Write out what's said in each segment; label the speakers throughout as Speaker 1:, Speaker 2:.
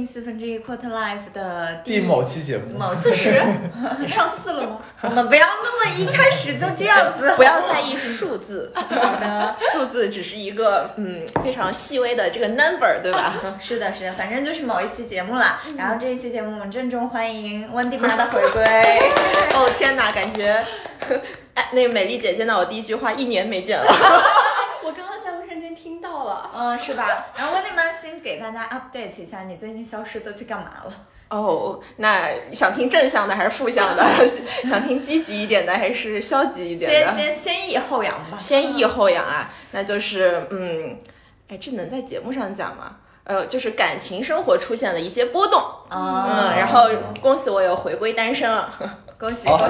Speaker 1: 1/4 Quarter Life 的
Speaker 2: 第某期节目，
Speaker 1: 某期
Speaker 3: 你上4了吗？
Speaker 1: 我们不要那么一开始就这样子，
Speaker 4: 不要在意数字。好的，数字只是一个非常细微的这个 number， 对吧？
Speaker 1: 是的，反正就是某一期节目了。然后这一期节目我们郑重欢迎温蒂妈的回归。
Speaker 4: 哦天哪，感觉那个美丽姐见到我第一句话1年没见了。
Speaker 3: 我刚刚在卫生间听到了，
Speaker 1: 是吧？然后温蒂妈先给大家 update 一下，你最近消失都去干嘛了？
Speaker 4: 哦，那想听正向的还是负向的？想听积极一点的还是消极一点的？
Speaker 1: 先抑后扬吧。
Speaker 4: 先抑后扬啊，那就是这能在节目上讲吗？就是感情生活出现了一些波动，然后恭喜我有回归单身了，
Speaker 1: 恭喜！
Speaker 4: 好，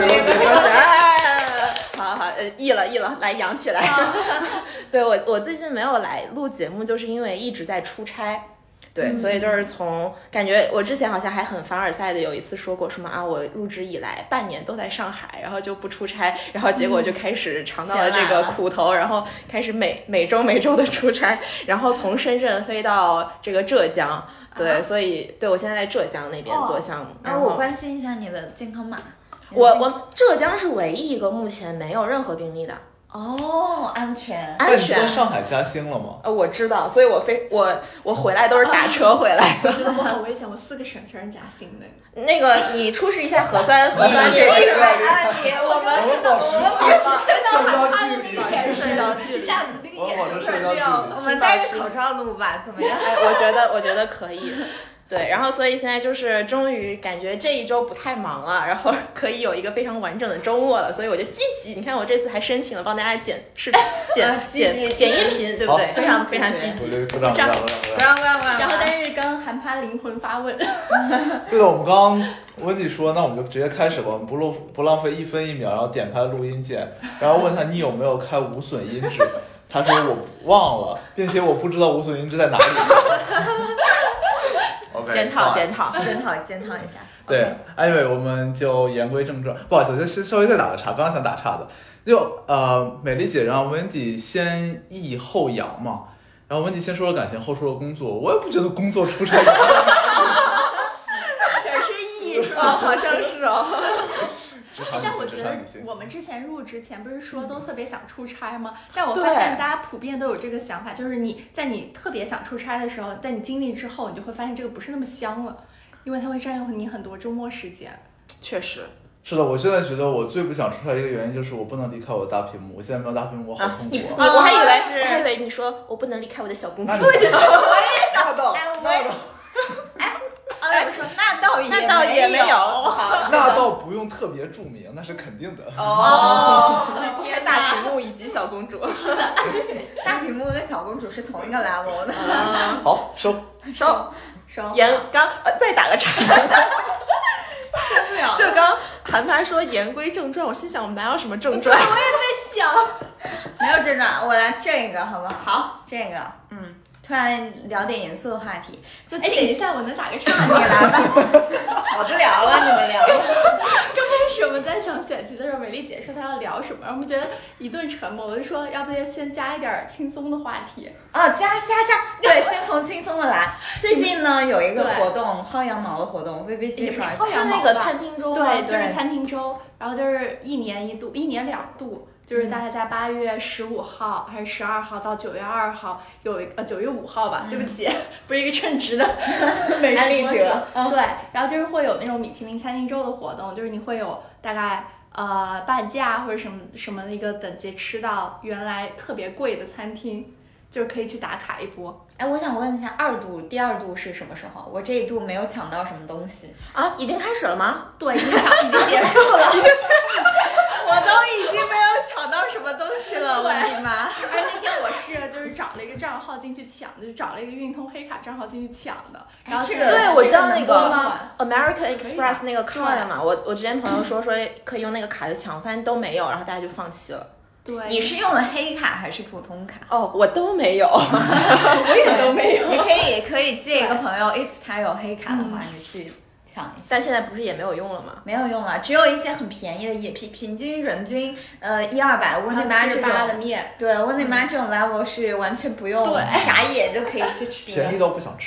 Speaker 4: 抑了，来扬起来。对，我最近没有来录节目，就是因为一直在出差。对，所以就是从感觉我之前好像还很凡尔赛的有一次说过什么我入职以来半年都在上海，然后就不出差，然后结果就开始尝到了这个苦头，然后开始每周的出差，然后从深圳飞到这个浙江，对，所以对我现在在浙江那边做项目。
Speaker 1: 我关心一下你的健康码。
Speaker 4: 我浙江是唯一一个目前没有任何病例的。
Speaker 1: 安全。
Speaker 2: 但你在上海加薪了吗？
Speaker 4: 我知道，所以我回来都是打车回来的。
Speaker 3: 我觉得我好危险，我4个省全是加薪的。
Speaker 4: 那个你出示一下核酸这个
Speaker 1: 我们
Speaker 2: 保持社交距离，
Speaker 4: 社交距离，
Speaker 3: 一下子那个眼睛突然亮了。
Speaker 1: 我们戴着口罩录吧，怎么样？
Speaker 4: 我觉得可以。对，然后所以现在就是终于感觉这一周不太忙了，然后可以有一个非常完整的周末了，所以我就积极。你看我这次还申请了帮大家剪音频，对不对？非常积极。
Speaker 2: 不让。
Speaker 3: 然后但是跟韩趴的灵魂发问。
Speaker 2: 对的，我们刚刚温蒂说，那我们就直接开始吧，我们不浪费1分1秒，然后点开录音键，然后问他你有没有开无损音质，他说我忘了，并且我不知道无损音质在哪里。
Speaker 4: 检讨
Speaker 1: 一下。
Speaker 2: 对 ，anyway， 我们就言归正传。不好意思，稍微再打个岔，刚刚想打岔的，美丽姐让温蒂先抑后扬嘛，然后温蒂先说了感情，后说了工作，我也不觉得工作出差。
Speaker 1: 全是抑是吧？
Speaker 4: 好像是哦。
Speaker 3: 但我觉得我们之前入职前不是说都特别想出差吗？但我发现大家普遍都有这个想法，就是你在你特别想出差的时候，在你经历之后，你就会发现这个不是那么香了，因为它会占用你很多周末时间。
Speaker 4: 确实。
Speaker 2: 是的，我现在觉得我最不想出差一个原因就是我不能离开我的大屏幕，我现在没有大屏幕，我好痛苦
Speaker 4: 我还以为你说我不能离开我的小公主。
Speaker 1: 对，我也想
Speaker 2: 到。
Speaker 1: 我说那倒也没有，
Speaker 2: 那倒不用特别注明，那是肯定的。
Speaker 4: 天，大屏幕以及小公主，
Speaker 1: 是的，大屏幕跟小公主是同一个 level 的。
Speaker 2: 好，收。
Speaker 4: 刚再打个岔。
Speaker 1: 受不了。
Speaker 4: 就刚韩寒说言归正传，我心想我们哪有什么正传？
Speaker 1: 我也在想，没有正传，我来这个好不好？
Speaker 4: 好，
Speaker 1: 这个，突然聊点严肃的话题，
Speaker 3: 等一下，我能打个岔？
Speaker 1: 你来吧，我不聊了，你们聊。
Speaker 3: 刚开始我们在想选题的时候，美丽姐说她要聊什么，然后我们觉得一顿沉默，我就说要不要先加一点轻松的话题？
Speaker 1: 加，对，先从轻松的来。最近呢有一个活动，薅羊毛的活动，微微介绍一下。
Speaker 4: 是那个餐厅周吗？
Speaker 3: 对，就是餐厅周，然后就是1年1度，1年2度。就是大概在8月15号还是12号到9月2号有一个9月5号吧，对不起，不是一个称职的美食博主。对，然后就是会有那种米其林餐厅周的活动，就是你会有大概半价或者什么的一个等级吃到原来特别贵的餐厅，就是可以去打卡一波。
Speaker 1: 我想问一下第二度是什么时候？我这一度没有抢到什么东西
Speaker 4: 啊？已经开始了吗？
Speaker 3: 对，已经结束了，
Speaker 1: 我都已经没有抢到什么东西了，我的妈！
Speaker 3: 而那天我就是找了一个账号进去抢，就是找了一个运通黑卡账号进去抢的。然后
Speaker 4: 对，我知道那个 American Express 那个 card 嘛，我之前朋友说可以用那个卡去抢，发现都没有，然后大家就放弃了。
Speaker 3: 对，
Speaker 1: 你是用了黑卡还是普通卡？
Speaker 4: 我都没有，
Speaker 3: 我也都没有。
Speaker 1: 你可以借一个朋友 ，if 他有黑卡的话，你去抢一下。
Speaker 4: 但现在不是也没有用了吗？
Speaker 1: 没有用了，只有一些很便宜的，也平均人均100-200。温蒂妈这种
Speaker 3: 的面，
Speaker 1: 对，温蒂妈这种 level 是完全不用眨眼就可以去吃，
Speaker 2: 便宜到不想吃。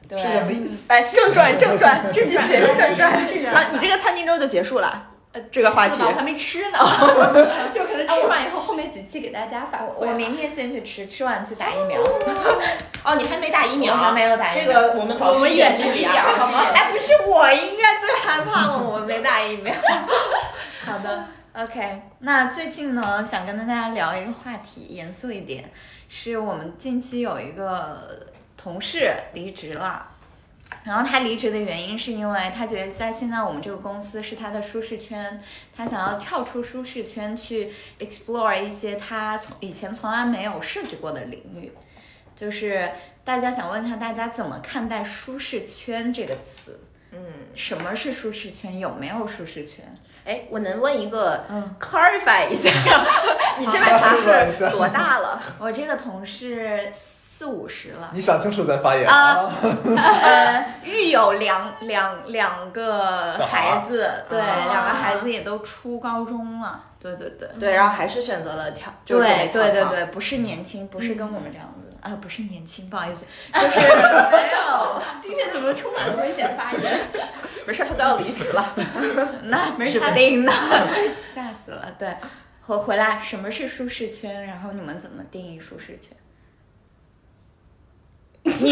Speaker 1: 对，
Speaker 2: 是什么意思？
Speaker 4: 哎，正传，继续正传。好，你这个餐厅周就结束了。这个话题
Speaker 3: 我还没吃呢，就可能吃完以后后面几期给大家反馈。
Speaker 1: 我明天先去吃，吃完去打疫苗。
Speaker 4: 哦，你还没打疫苗？
Speaker 1: 我还没有打疫苗。
Speaker 4: 这个我们保持
Speaker 3: 远距离啊，
Speaker 1: 好吗？哎，不是，我应该最害怕了，我没打疫苗。好的 ，OK。那最近呢，想跟大家聊一个话题，严肃一点，是我们近期有一个同事离职了。然后他离职的原因是因为他觉得在现在我们这个公司是他的舒适圈，他想要跳出舒适圈去 explore 一些他以前从来没有涉及过的领域。就是大家想问他，大家怎么看待舒适圈这个词？什么是舒适圈？有没有舒适圈？
Speaker 4: 哎，我能问一个clarify 一下，你这位同事多大了？
Speaker 1: 我这个同事40-50了。
Speaker 2: 你想清楚再发言啊。
Speaker 1: 育有两个孩子，对，两个孩子也都初高中了，对，
Speaker 4: 然后还是选择了
Speaker 1: 对，不是年轻，不是跟我们这样子。不是年轻，不好意思，就是没有。
Speaker 3: 今天怎么充满了危险发言？
Speaker 4: 没事，他都要离职了，
Speaker 1: 那指不定呢，吓死了。对，回来，什么是舒适圈？然后你们怎么定义舒适圈？你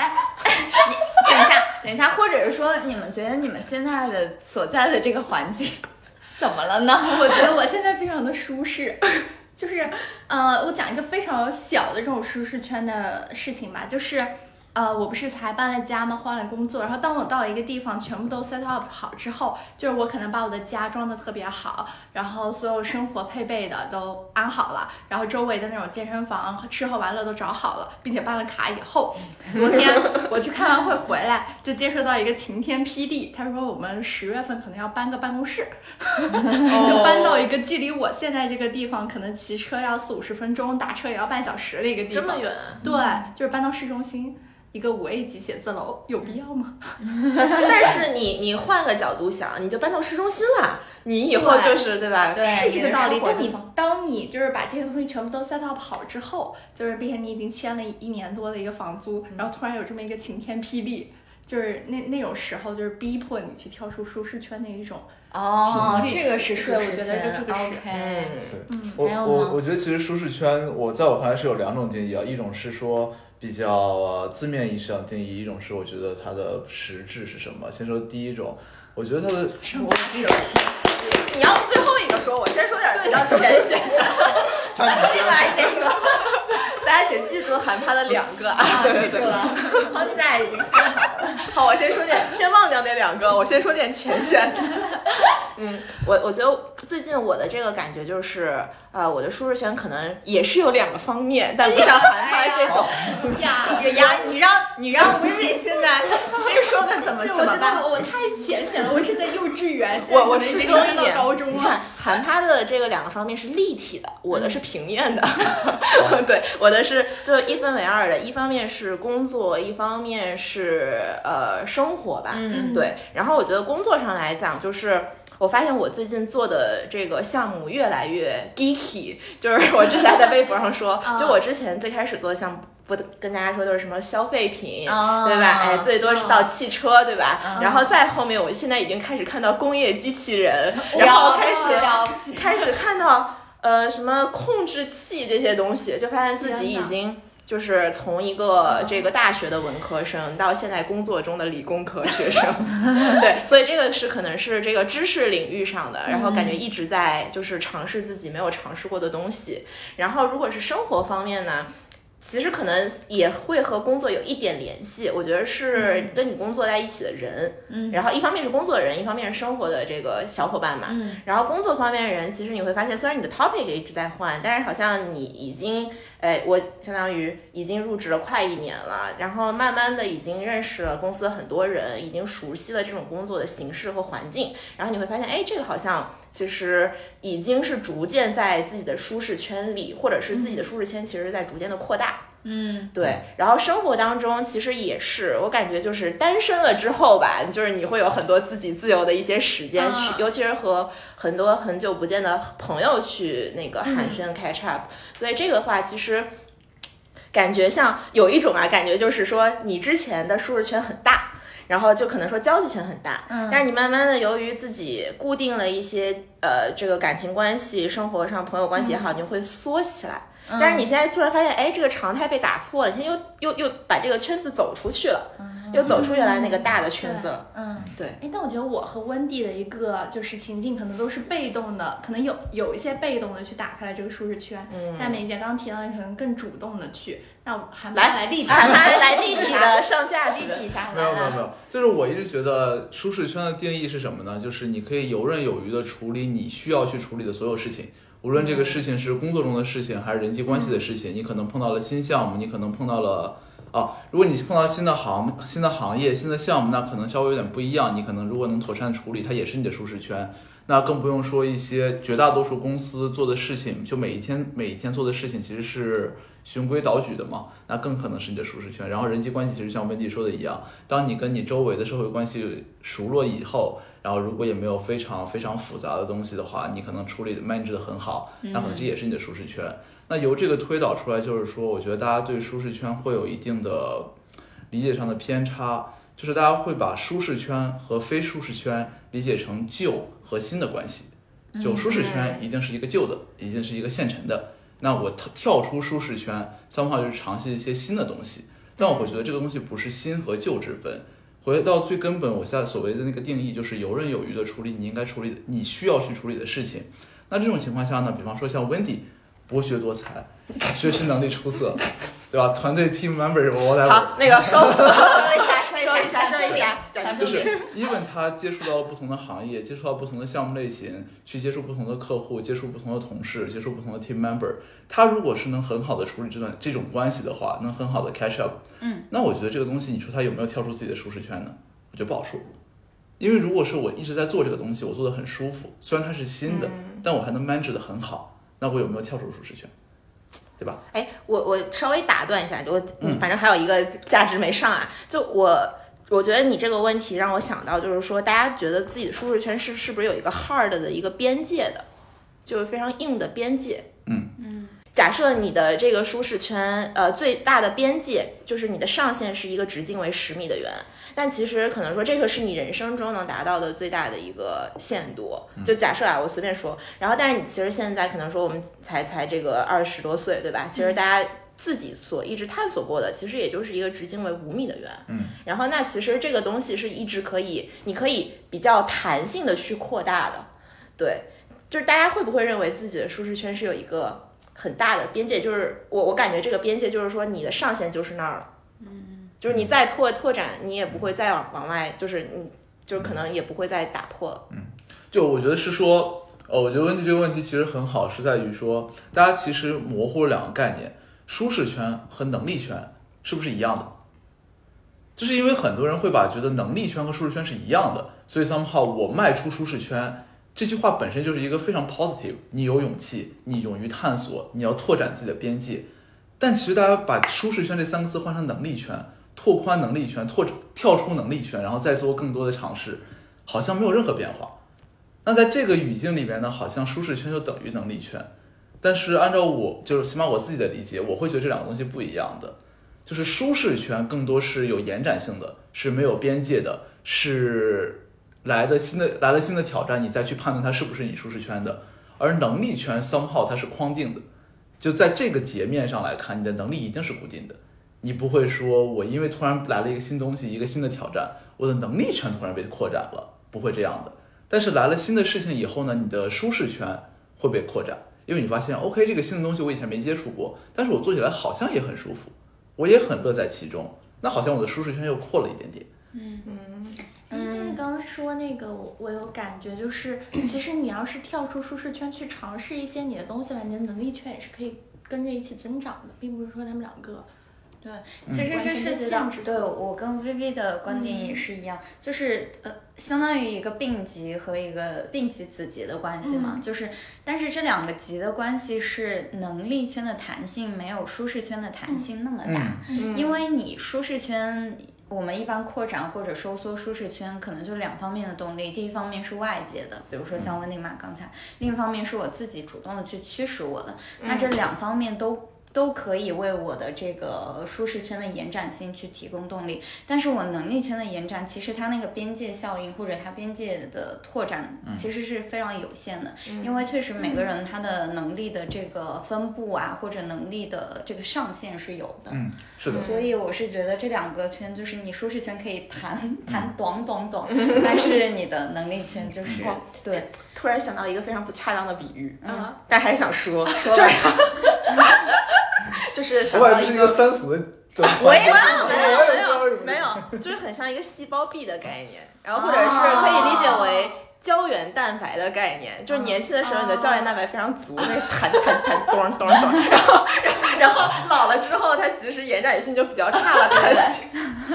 Speaker 1: 等一下，或者是说，你们觉得你们现在的所在的这个环境怎么了呢？
Speaker 3: 我觉得我现在非常的舒适。就是我讲一个非常小的这种舒适圈的事情吧，就是我不是才搬了家吗？换了工作，然后当我到一个地方全部都 set up 好之后，就是我可能把我的家装得特别好，然后所有生活配备的都安好了，然后周围的那种健身房、吃喝玩乐都找好了，并且办了卡以后，昨天我去开完会回来，就接收到一个晴天霹雳，他说我们10月份可能要搬个办公室，就搬到一个距离我现在这个地方可能骑车要40-50分钟，打车也要半小时的一个地方。
Speaker 4: 这么远？
Speaker 3: 对，就是搬到市中心。一个5A 级写字楼有必要吗？
Speaker 4: 但是你换个角度想，你就搬到市中心了，你以后就是对吧？
Speaker 1: 对，
Speaker 3: 是这个道理。但当你就是把这些东西全部都 set up 好之后，就是并且你已经签了1年多的一个房租，然后突然有这么一个晴天霹雳，就是那种时候就是逼迫你去跳出舒适圈的一种
Speaker 1: 这个是舒适圈。
Speaker 3: 我觉得这个是。
Speaker 2: 我觉得其实舒适圈，在我看来是有2种定义啊，一种是说比较字面意义上定义，一种是我觉得它的实质是什么。先说第一种，我觉得它的
Speaker 4: 你要最后一个说，我先说点比较浅显的。
Speaker 1: 先说，
Speaker 4: 大家请记住韩趴的2个啊，
Speaker 1: 记住了，框架已经看好了。
Speaker 4: 好，我先忘掉那2个，我先说点浅显的。我觉得最近我的这个感觉就是，我的舒适圈可能也是有2个方面，但不像韩趴这种。
Speaker 1: 你让薇薇现在先说的怎么办？
Speaker 3: 我太浅显了，我是在幼稚园，
Speaker 4: 我适中一点。
Speaker 3: 高中了。
Speaker 4: 韩趴的这个2个方面是立体的，我的是平面的。对，我的是就1分为2的，一方面是工作，一方面是生活吧。对。然后我觉得工作上来讲，就是我发现我最近做的这个项目越来越 geeky， 就是我之前在微博上说，就我之前最开始做的项目。不跟大家说都是什么消费品，对吧？哎，最多是到汽车，对吧？然后再后面，我现在已经开始看到工业机器人，然后开始看到什么控制器这些东西，就发现自己已经就是从一个这个大学的文科生到现在工作中的理工科学生，对，所以这个是可能是这个知识领域上的，然后感觉一直在就是尝试自己没有尝试过的东西。然后如果是生活方面呢？其实可能也会和工作有一点联系，我觉得是跟你工作在一起的人，然后一方面是工作的人，一方面是生活的这个小伙伴嘛，然后工作方面的人，其实你会发现，虽然你的 topic 一直在换，但是好像你已经，我相当于已经入职了快1年了，然后慢慢的已经认识了公司的很多人，已经熟悉了这种工作的形式和环境，然后你会发现，这个好像其实已经是逐渐在自己的舒适圈里，或者是自己的舒适圈其实在逐渐的扩大。对，然后生活当中其实也是，我感觉就是单身了之后吧，就是你会有很多自己自由的一些时间去，尤其是和很多很久不见的朋友去那个寒暄catch up，所以这个的话其实感觉像有一种感觉就是说你之前的舒适圈很大，然后就可能说交际圈很大，但是你慢慢的由于自己固定了一些这个感情关系、生活上朋友关系也好，你会缩起来。但是你现在突然发现，哎，这个常态被打破了，你现在又把这个圈子走出去了，又走出原来那个大的圈子了。对。
Speaker 3: 哎，但我觉得我和温蒂的一个就是情境，可能都是被动的，可能有一些被动的去打开了这个舒适圈，但美姐刚刚提到，可能更主动的去。那韩妈来立体，
Speaker 4: 韩妈来立体的上价值
Speaker 1: 立体一下。
Speaker 2: 没有，就是我一直觉得舒适圈的定义是什么呢？就是你可以游刃有余的处理你需要去处理的所有事情。无论这个事情是工作中的事情还是人际关系的事情，你可能碰到了新项目，你可能碰到了如果你碰到新的行业、新的项目，那可能稍微有点不一样。你可能如果能妥善处理，它也是你的舒适圈。那更不用说一些绝大多数公司做的事情，就每一天做的事情其实是循规蹈矩的嘛，那更可能是你的舒适圈。然后人际关系其实像温蒂说的一样，当你跟你周围的社会关系熟络以后，然后如果也没有非常非常复杂的东西的话，你可能处理的 manage 的很好，那可能这也是你的舒适圈。那由这个推导出来，就是说我觉得大家对舒适圈会有一定的理解上的偏差，就是大家会把舒适圈和非舒适圈理解成旧和新的关系。就舒适圈一定是一个旧的，一定是一个现成的，那我跳出舒适圈somehow就是尝试一些新的东西，但我会觉得这个东西不是新和旧之分。回到最根本，我现在所谓的那个定义就是游刃有余的处理你应该处理的、你需要去处理的事情。那这种情况下呢，比方说像 Wendy 博学多才，学习能力出色，对吧？团队 team member whatever。
Speaker 4: 好，那个收一下，
Speaker 2: 就是even他接触到了不同的行业，接触到不同的项目类型，去接触不同的客户，接触不同的同事，接触不同的 team member。他如果是能很好的处理这种关系的话，能很好的 catch up，那我觉得这个东西，你说他有没有跳出自己的舒适圈呢？我觉得不好说。因为如果是我一直在做这个东西，我做得很舒服，虽然它是新的，但我还能 manage 得很好，那我有没有跳出舒适圈？对吧？
Speaker 4: 哎，我稍微打断一下，反正还有一个价值没上啊，就我觉得你这个问题让我想到，就是说大家觉得自己的舒适圈是不是有一个 hard 的一个边界的，就是非常硬的边界。假设你的这个舒适圈，最大的边界就是你的上限是一个直径为10米的圆，但其实可能说这个是你人生中能达到的最大的一个限度。就假设我随便说，然后但是你其实现在可能说我们才这个20多岁，对吧？其实大家自己所一直探索过的，其实也就是一个直径为5米的圆。然后那其实这个东西是一直你可以比较弹性的去扩大的。对，就是大家会不会认为自己的舒适圈是有一个很大的边界？就是我感觉这个边界就是说你的上限就是那儿了。就是你再拓展，你也不会再往外，就是你就可能也不会再打破了。
Speaker 2: 就我觉得是说，我觉得问题这个问题其实很好，是在于说大家其实模糊了2个概念，舒适圈和能力圈是不是一样的？就是因为很多人会觉得能力圈和舒适圈是一样的，所以 somehow 我迈出舒适圈这句话本身就是一个非常 positive， 你有勇气，你勇于探索，你要拓展自己的边界。但其实大家把舒适圈这3个字换成能力圈，拓宽能力圈，跳出能力圈，然后再做更多的尝试，好像没有任何变化。那在这个语境里面呢，好像舒适圈就等于能力圈。但是按照就是起码我自己的理解，我会觉得这2个东西不一样的。就是舒适圈更多是有延展性的，是没有边界的，是来了新的挑战，你再去判断它是不是你舒适圈的。而能力圈 somehow 它是框定的，就在这个截面上来看，你的能力一定是固定的。你不会说我因为突然来了一个新东西，一个新的挑战，我的能力圈突然被扩展了，不会这样的。但是来了新的事情以后呢，你的舒适圈会被扩展，因为你发现 OK 这个新的东西我以前没接触过，但是我做起来好像也很舒服，我也很乐在其中，那好像我的舒适圈又扩了一点点。
Speaker 3: 你刚刚说那个，我有感觉，就是其实你要是跳出舒适圈去尝试一些你的东西吧，你的能力圈也是可以跟着一起增长的，并不是说他们2个。
Speaker 1: 对，其实这是限制。对，我跟 VV 的观点也是一样，就是相当于一个并级和一个并级子级的关系嘛，就是但是这2个级的关系是能力圈的弹性没有舒适圈的弹性那么大，因为你舒适圈我们一般扩展或者收缩舒适圈可能就2方面的动力，第一方面是外界的，比如说像温蒂玛刚才，另一方面是我自己主动的去驱使我的，那这2方面都都可以为我的这个舒适圈的延展性去提供动力，但是我能力圈的延展，其实它那个边界效应或者它边界的拓展其实是非常有限的，因为确实每个人他的能力的这个分布啊，或者能力的这个上限是有的。
Speaker 2: 是的。
Speaker 1: 所以我是觉得这2个圈，就是你舒适圈可以谈短，但是你的能力圈就是对。
Speaker 4: 突然想到一个非常不恰当的比喻，但还是想说，就是想到
Speaker 2: 我感觉是一个三俗的。
Speaker 1: 我也
Speaker 4: 没有，就是很像一个细胞壁的概念，然后或者是可以理解为胶原蛋白的概念，就是年轻的时候你的胶原蛋白非常足，那弹咚，然后老了之后它其实延展性就比较差了，才行。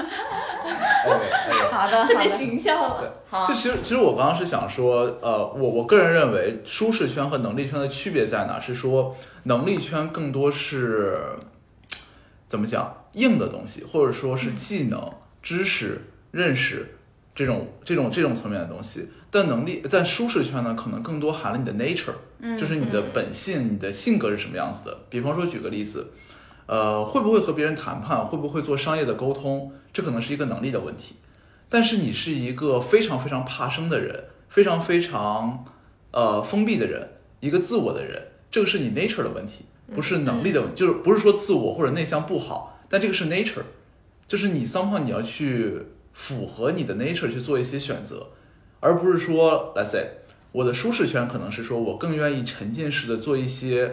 Speaker 1: 好的，
Speaker 3: 特别形象了。
Speaker 2: 好，就其实我刚刚是想说，我个人认为舒适圈和能力圈的区别在哪？是说能力圈更多是怎么讲硬的东西，或者说是技能、知识、认识这种层面的东西。但在舒适圈呢，可能更多含了你的 nature，就是你的本性、你的性格是什么样子的。比方说举个例子，会不会和别人谈判，会不会做商业的沟通，这可能是一个能力的问题。但是你是一个非常非常怕生的人，非常非常封闭的人，一个自我的人，这个是你 nature 的问题，不是能力的问题。就是不是说自我或者内向不好，但这个是 nature， 就是你 somehow 你要去符合你的 nature 去做一些选择，而不是说 let's say 我的舒适圈可能是说我更愿意沉浸式的做一些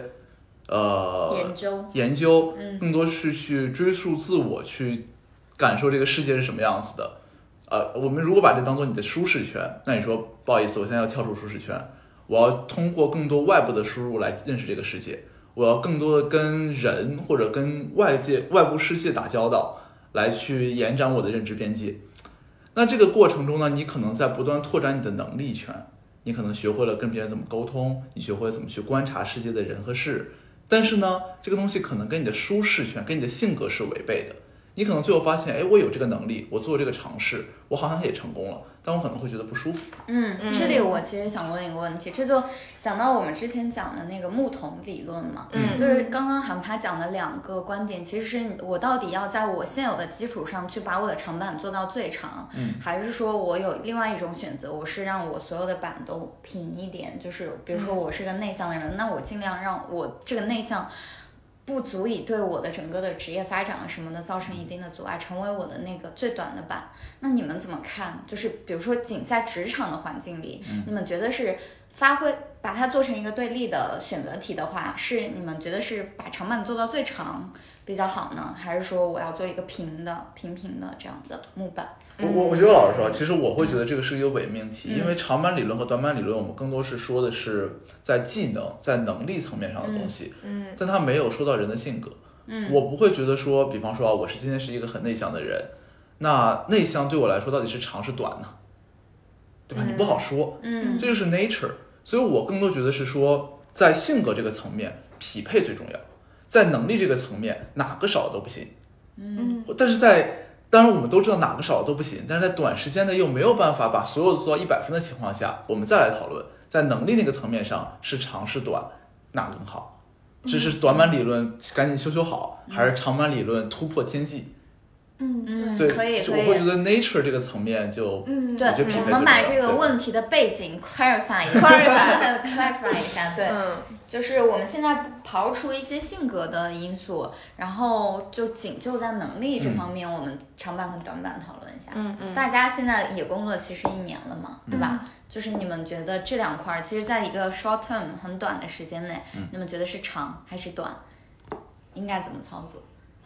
Speaker 2: 研究，更多是去追溯自我，去感受这个世界是什么样子的。我们如果把这当做你的舒适圈，那你说不好意思，我现在要跳出舒适圈，我要通过更多外部的输入来认识这个世界，我要更多的跟人或者跟外部世界打交道，来去延展我的认知边界。那这个过程中呢，你可能在不断拓展你的能力圈，你可能学会了跟别人怎么沟通，你学会了怎么去观察世界的人和事，但是呢，这个东西可能跟你的舒适圈、跟你的性格是违背的。你可能最后发现，哎，我有这个能力，我做这个尝试，我好像也成功了，但我可能会觉得不舒服。
Speaker 1: 这里我其实想问一个问题，这就想到我们之前讲的那个木桶理论嘛，就是刚刚韩帕讲的2个观点，其实是我到底要在我现有的基础上去把我的长板做到最长，还是说我有另外一种选择，我是让我所有的板都平一点，就是比如说我是个内向的人，那我尽量让我这个内向不足以对我的整个的职业发展什么的造成一定的阻碍，成为我的那个最短的板。那你们怎么看？就是比如说仅在职场的环境里，你们觉得是把它做成一个对立的选择题的话，是你们觉得是把长板做到最长比较好呢，还是说我要做一个平的这样的木板？
Speaker 2: 我觉得老实说，其实我会觉得这个是一个伪命题，因为长板理论和短板理论，我们更多是说的是在技能、在能力层面上的东西，但它没有说到人的性格。我不会觉得说，比方说我今天是一个很内向的人，那内向对我来说到底是长是短呢？对吧？你不好说，这就是 nature。所以我更多觉得是说，在性格这个层面，匹配最重要；在能力这个层面，哪个少了都不行。但是当然我们都知道哪个少了都不行，但是在短时间内又没有办法把所有做到100分的情况下，我们再来讨论在能力那个层面上是长是短哪更好，只是短板理论赶紧修好，还是长板理论突破天际？对，
Speaker 1: 可以。
Speaker 2: 我会觉得 nature 这个层面就，
Speaker 1: 对，我们把这个问题的背景 clarify 一下，对，就是我们现在刨除一些性格的因素，然后就仅就在能力这方面，我们长板和短板讨论一下。大家现在也工作其实1年了嘛，对吧？就是你们觉得这2块，其实在一个 short term 很短的时间内，你们觉得是长还是短？应该怎么操作？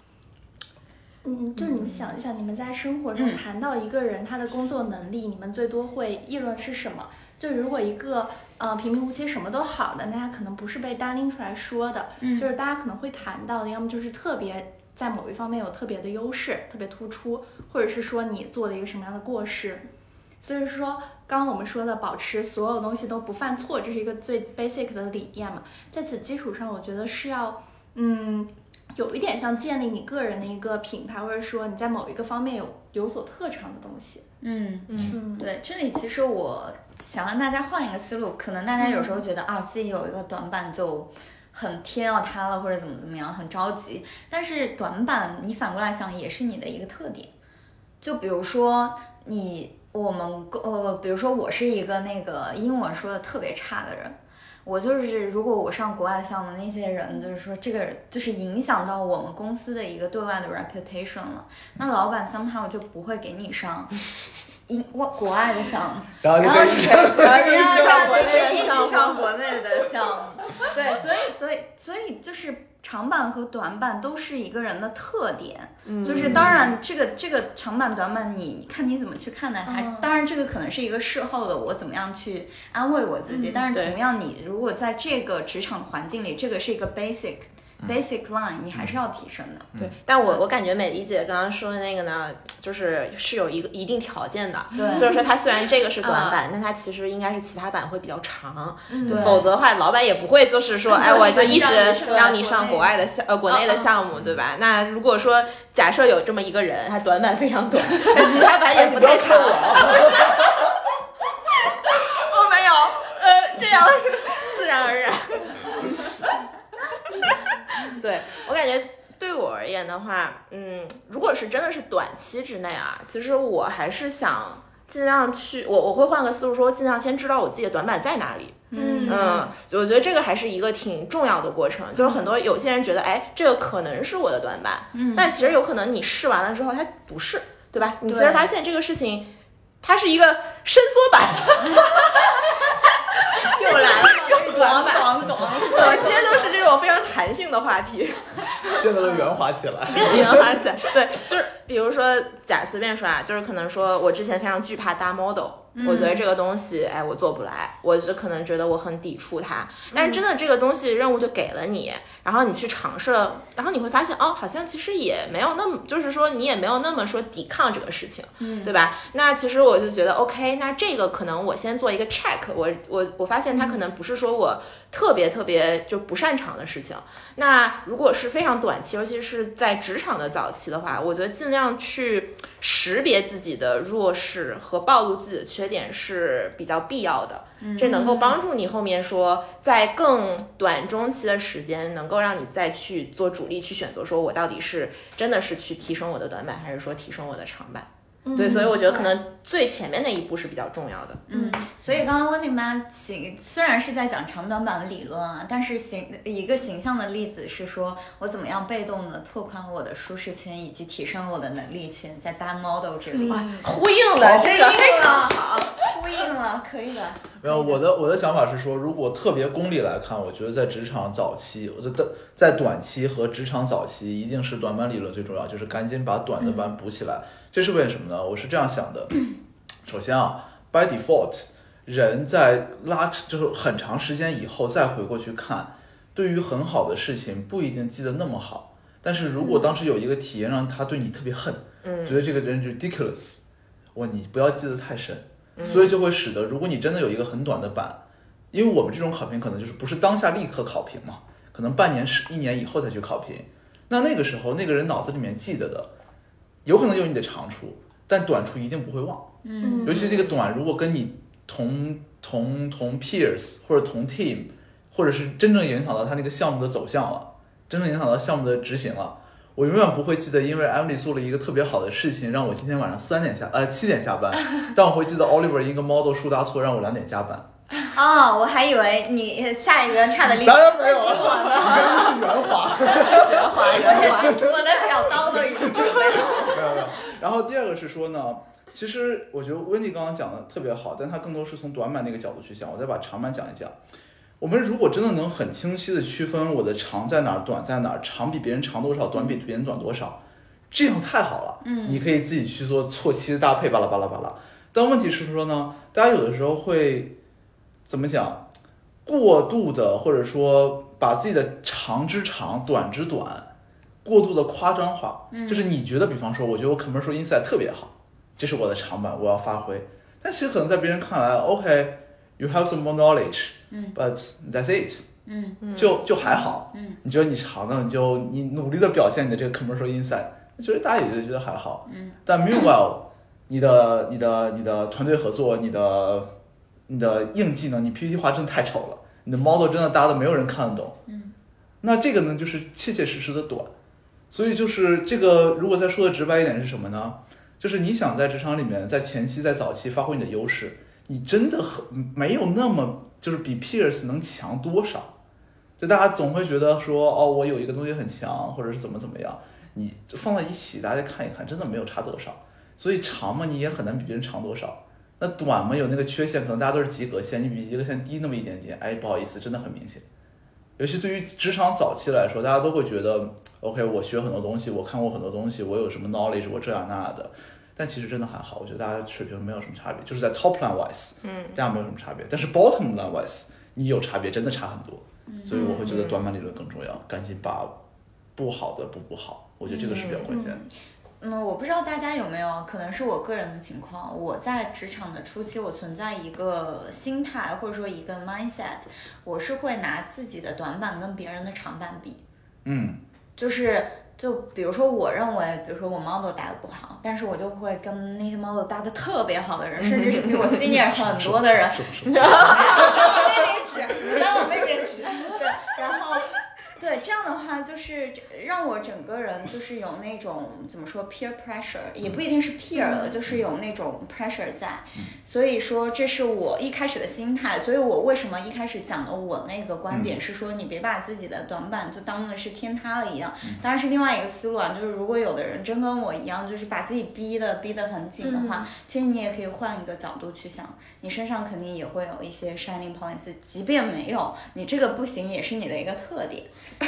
Speaker 3: 就你们想一想，你们在生活中谈到一个人他的工作能力，你们最多会议论是什么？就如果一个平平无奇什么都好的，那他可能不是被单拎出来说的，就是大家可能会谈到的，要么就是特别在某一方面有特别的优势，特别突出，或者是说你做了一个什么样的过失。所以说刚刚我们说的保持所有东西都不犯错，这是一个最 basic 的理念嘛。在此基础上，我觉得是要有一点像建立你个人的一个品牌，或者说你在某一个方面有所特长的东西。
Speaker 1: 对，这里其实我想让大家换一个思路，可能大家有时候觉得自己有一个短板就很天要塌了或者怎么样，很着急。但是短板你反过来想也是你的一个特点，就比如说比如说我是一个那个英文说的特别差的人。我就是如果我上国外的项目，那些人就是说这个就是影响到我们公司的一个对外的 reputation 了，那老板 somehow 就不会给你上国外的项目，
Speaker 2: 然后就可以
Speaker 1: 一直上国内的项目。对，所以就是长板和短板都是一个人的特点，就是当然这个长板短板你看你怎么去看待它，当然这个可能是一个事后的我怎么样去安慰我自己，但是同样你如果在这个职场环境里，这个是一个 basic line， 你还是要提升的。
Speaker 4: 对，但我感觉美丽姐刚刚说的那个呢，是有一个一定条件的，
Speaker 1: 对，
Speaker 4: 就是说它虽然这个是短板，但它其实应该是其他板会比较长，
Speaker 1: 对，
Speaker 4: 否则的话，老板也不会就是说，哎，我就一直让你上国内的项目，对吧？那如果说假设有这么一个人，他短板非常短，但其他板也不太长，不是，我没有，这样自然而然。对，我感觉对我而言的话，如果是真的是短期之内啊，其实我还是想尽量去，我会换个思路说，尽量先知道我自己的短板在哪里。我觉得这个还是一个挺重要的过程。就是有些人觉得，哎，这个可能是我的短板，但其实有可能你试完了之后，它不是，对吧？你其实发现这个事情，它是一个伸缩版。又来了，短板，怎么今天都是这种非常弹性的话题，
Speaker 2: 变得圆滑起来，
Speaker 4: 圆滑起来。对，就是比如说随便说啊，就是可能说我之前非常惧怕搭 model，我觉得这个东西，哎，我做不来，我就可能觉得我很抵触它。但是真的这个东西任务就给了你，然后你去尝试了，然后你会发现，好像其实也没有那么，就是说你也没有那么说抵抗这个事情，对吧？那其实我就觉得 OK， 那这个可能我先做一个 check， 我发现它可能不是说我特别就不擅长的事情。那如果是非常短期，尤其是在职场的早期的话，我觉得尽量去识别自己的弱势和暴露自己的缺点是比较必要的，这能够帮助你后面说在更短中期的时间能够让你再去做主力去选择，说我到底是真的是去提升我的短板，还是说提升我的长板。对，所以我觉得可能最前面那一步是比较重要的。
Speaker 1: 所以刚刚温妮妈虽然是在讲长短板的理论啊，但是一个形象的例子是说我怎么样被动的拓宽我的舒适圈，以及提升我的能力圈，在搭 model 这里。
Speaker 4: 呼应了，这个非常好，
Speaker 1: 呼应了，可以的。
Speaker 2: 没有，我的想法是说，如果特别功利来看，我觉得在职场早期，在短期和职场早期，一定是短板理论最重要，就是赶紧把短的板补起来。这是为什么呢？我是这样想的。首先啊 ，by default， 人在就是很长时间以后再回过去看，对于很好的事情不一定记得那么好。但是如果当时有一个体验让他对你特别恨，觉得这个人 ridiculous， 你不要记得太深，所以就会使得如果你真的有一个很短的板，因为我们这种考评可能就是不是当下立刻考评嘛，可能半年1年以后再去考评，那个时候那个人脑子里面记得的。有可能有你的长处，但短处一定不会忘。尤其是这个短，如果跟你同 peers 或者同 team， 或者是真正影响到他那个项目的走向了，真正影响到项目的执行了，我永远不会记得，因为 Emily 做了一个特别好的事情，让我今天晚上7点下班，但我会记得 Oliver 一个 model 数大错，让我2点加班。
Speaker 1: 我还以为你下一个差的例子。
Speaker 2: 当然没有了，是圆滑，
Speaker 1: 我的小刀都已经准备好了。
Speaker 2: 没有。然后第二个是说呢，其实我觉得温妮刚刚讲的特别好，但他更多是从短板那个角度去想，我再把长板讲一讲。我们如果真的能很清晰的区分我的长在哪儿，短在哪儿，长比别人长多少，短比别人短多少，这样太好了。你可以自己去做错期的搭配，巴拉巴拉巴拉。但问题是说呢，大家有的时候会怎么讲，过度的或者说把自己的长之长，短之短，过度的夸张化。就是你觉得，比方说，我觉得我 commercial insight 特别好，这是我的长板，我要发挥。但其实可能在别人看来 ，OK，you have some more knowledge，but that's it，就还好。你觉得你长的，你努力的表现你的这个 commercial insight， 觉得大家也就觉得还好。但 meanwhile， 你的团队合作，你的硬技能，你 PPT 画真的太丑了，你的 model 真的搭的没有人看得懂， 那这个呢就是切切实实的短。所以就是这个，如果再说的直白一点是什么呢？就是你想在职场里面，在前期在早期发挥你的优势，你真的没有那么就是比 peers 能强多少。就大家总会觉得说，哦，我有一个东西很强，或者是怎么样，你放在一起大家看一看，真的没有差多少。所以长嘛，你也很难比别人长多少。那短嘛，有那个缺陷，可能大家都是及格线，你比及格线低那么一点点，哎，不好意思，真的很明显。尤其对于职场早期来说，大家都会觉得 OK， 我学很多东西，我看过很多东西，我有什么 knowledge， 我这样那的。但其实真的还好，我觉得大家水平没有什么差别，就是在 top line wise， 大家没有什么差别。但是 bottom line wise， 你有差别，真的差很多。所以我会觉得短板理论更重要，赶紧把不好的补好，我觉得这个是比较关键的。
Speaker 1: 我不知道大家有没有，可能是我个人的情况。我在职场的初期，我存在一个心态或者说一个 mindset， 我是会拿自己的短板跟别人的长板比。就比如说，我认为，比如说我 model 打得不好，但是我就会跟那些 model 打得特别好的人，甚至是比我 senior 很多的人，当我被贬值，对，然后。对，这样的话就是让我整个人就是有那种怎么说 peer pressure， 也不一定是 peer 了，就是有那种 pressure 在。所以说这是我一开始的心态，所以我为什么一开始讲的我那个观点是说，你别把自己的短板就当的是天塌了一样。当然是另外一个思路啊，就是如果有的人真跟我一样，就是把自己逼得很紧的话，其实你也可以换一个角度去想，你身上肯定也会有一些 shining points， 即便没有，你这个不行也是你的一个特点。
Speaker 2: 对，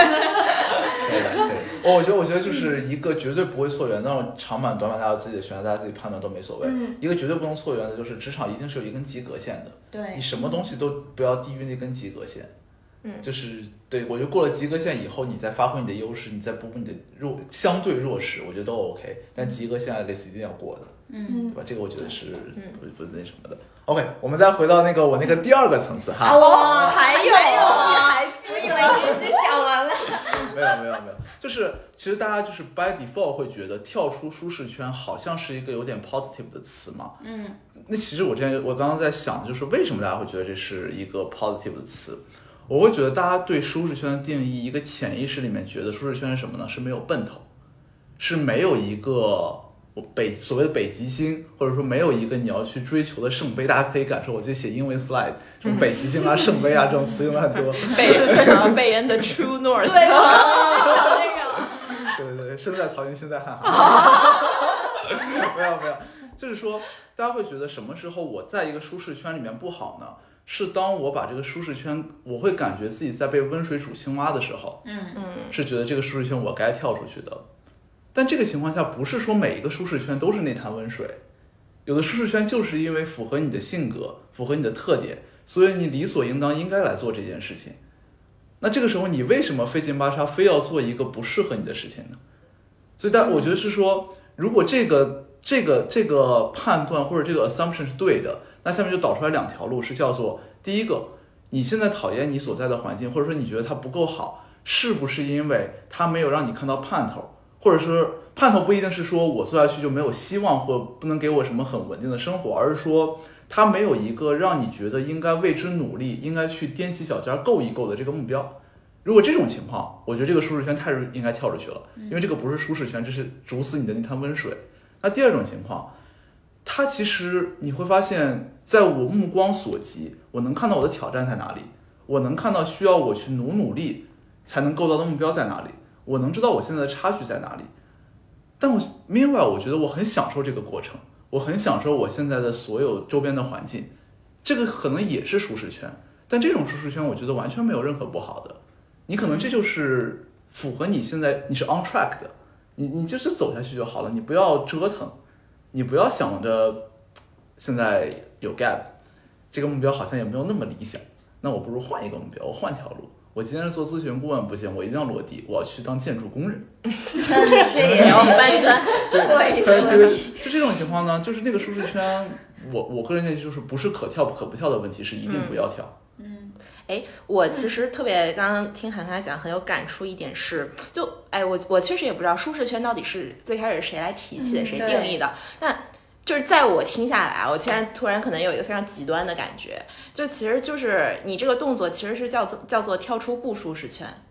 Speaker 2: 我觉得就是一个绝对不会错元，那种长板短板大家有自己的选择，大家自己判断都没所谓。一个绝对不能错元的就是职场一定是有一根及格线的，
Speaker 1: 对，
Speaker 2: 你什么东西都不要低于那根及格线。就是对，我觉得过了及格线以后，你再发挥你的优势，你再补你的相对弱势，我觉得都 OK。但及格线类似一定要过的，对吧？这个我觉得是不是那什么的。OK， 我们再回到我那个第二个层次哈。
Speaker 1: 还有，我以为已经讲完了。
Speaker 2: 没有，就是其实大家就是 by default 会觉得跳出舒适圈好像是一个有点 positive 的词嘛。那其实我刚刚在想的就是为什么大家会觉得这是一个 positive 的词。我会觉得大家对舒适圈的定义，一个潜意识里面觉得舒适圈是什么呢？是没有奔头，是没有一个所谓的北极星，或者说没有一个你要去追求的圣杯。大家可以感受，我就写英文 slide， 什么北极星啊、圣杯啊这种词用的很多。
Speaker 4: 贝恩的 True North。
Speaker 3: 对，想那
Speaker 2: 个。对，身在曹营心在汉。没有，就是说大家会觉得什么时候我在一个舒适圈里面不好呢？是当我把这个舒适圈，我会感觉自己在被温水煮青蛙的时候，是觉得这个舒适圈我该跳出去的。但这个情况下，不是说每一个舒适圈都是那潭温水，有的舒适圈就是因为符合你的性格，符合你的特点，所以你理所应当应该来做这件事情。那这个时候，你为什么费劲巴叉非要做一个不适合你的事情呢？所以我觉得是说，如果这个判断或者这个 assumption 是对的，那下面就导出来两条路，是叫做第一个，你现在讨厌你所在的环境，或者说你觉得它不够好，是不是因为它没有让你看到盼头，或者是盼头不一定是说我做下去就没有希望或不能给我什么很稳定的生活，而是说它没有一个让你觉得应该为之努力，应该去踮起脚尖够一够的这个目标。如果这种情况，我觉得这个舒适圈太应该跳出去了，因为这个不是舒适圈，这是煮死你的那滩温水。那第二种情况，它其实你会发现，在我目光所及，我能看到我的挑战在哪里，我能看到需要我去努力才能够到的目标在哪里，我能知道我现在的差距在哪里。但meanwhile 我觉得我很享受这个过程，我很享受我现在的所有周边的环境，这个可能也是舒适圈，但这种舒适圈我觉得完全没有任何不好的。你可能这就是符合你现在，你是 on track 的，你就是走下去就好了，你不要折腾，你不要想着现在有 gap， 这个目标好像也没有那么理想，那我不如换一个目标，我换条路。我今天是做咨询顾问不行，我一定要落地，我要去当建筑工人。
Speaker 1: 这也要搬砖，
Speaker 2: 就这种情况呢，就是那个舒适圈，我个人建议就是不是可跳不可不跳的问题，是一定不要跳。
Speaker 4: 我其实特别刚刚听涵涵讲很有感触一点是，我确实也不知道舒适圈到底是最开始谁来提起的，谁定义的，但就是在我听下来，我现在突然可能有一个非常极端的感觉，就其实就是你这个动作其实是叫做跳出不舒适圈，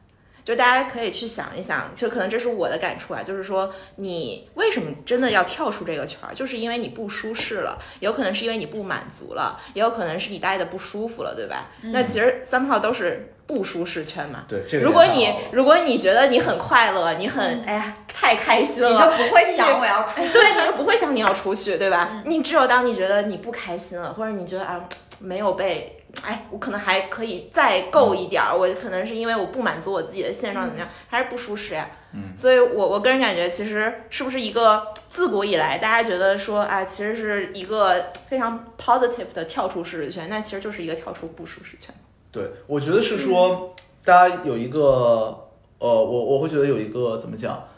Speaker 4: 就大家可以去想一想，就可能这是我的感触啊，就是说你为什么真的要跳出这个圈儿，就是因为你不舒适了，有可能是因为你不满足了，也有可能是你待的不舒服了，对吧？那其实somehow都是不舒适圈嘛。
Speaker 2: 对，这个
Speaker 4: 如果你觉得你很快乐，你很哎呀太开心了，
Speaker 1: 你就不会想我要出去，
Speaker 4: 对，你就不会想你要出去，对吧？你只有当你觉得你不开心了，或者你觉得啊没有被，哎，我可能还可以再够一点儿，我可能是因为我不满足我自己的现状怎么样，还是不舒适呀。所以我个人感觉，其实是不是一个自古以来大家觉得说啊，其实是一个非常 positive 的跳出舒适圈，那其实就是一个跳出不舒适圈。
Speaker 2: 对，我觉得是说，大家有一个我会觉得有一个怎么讲，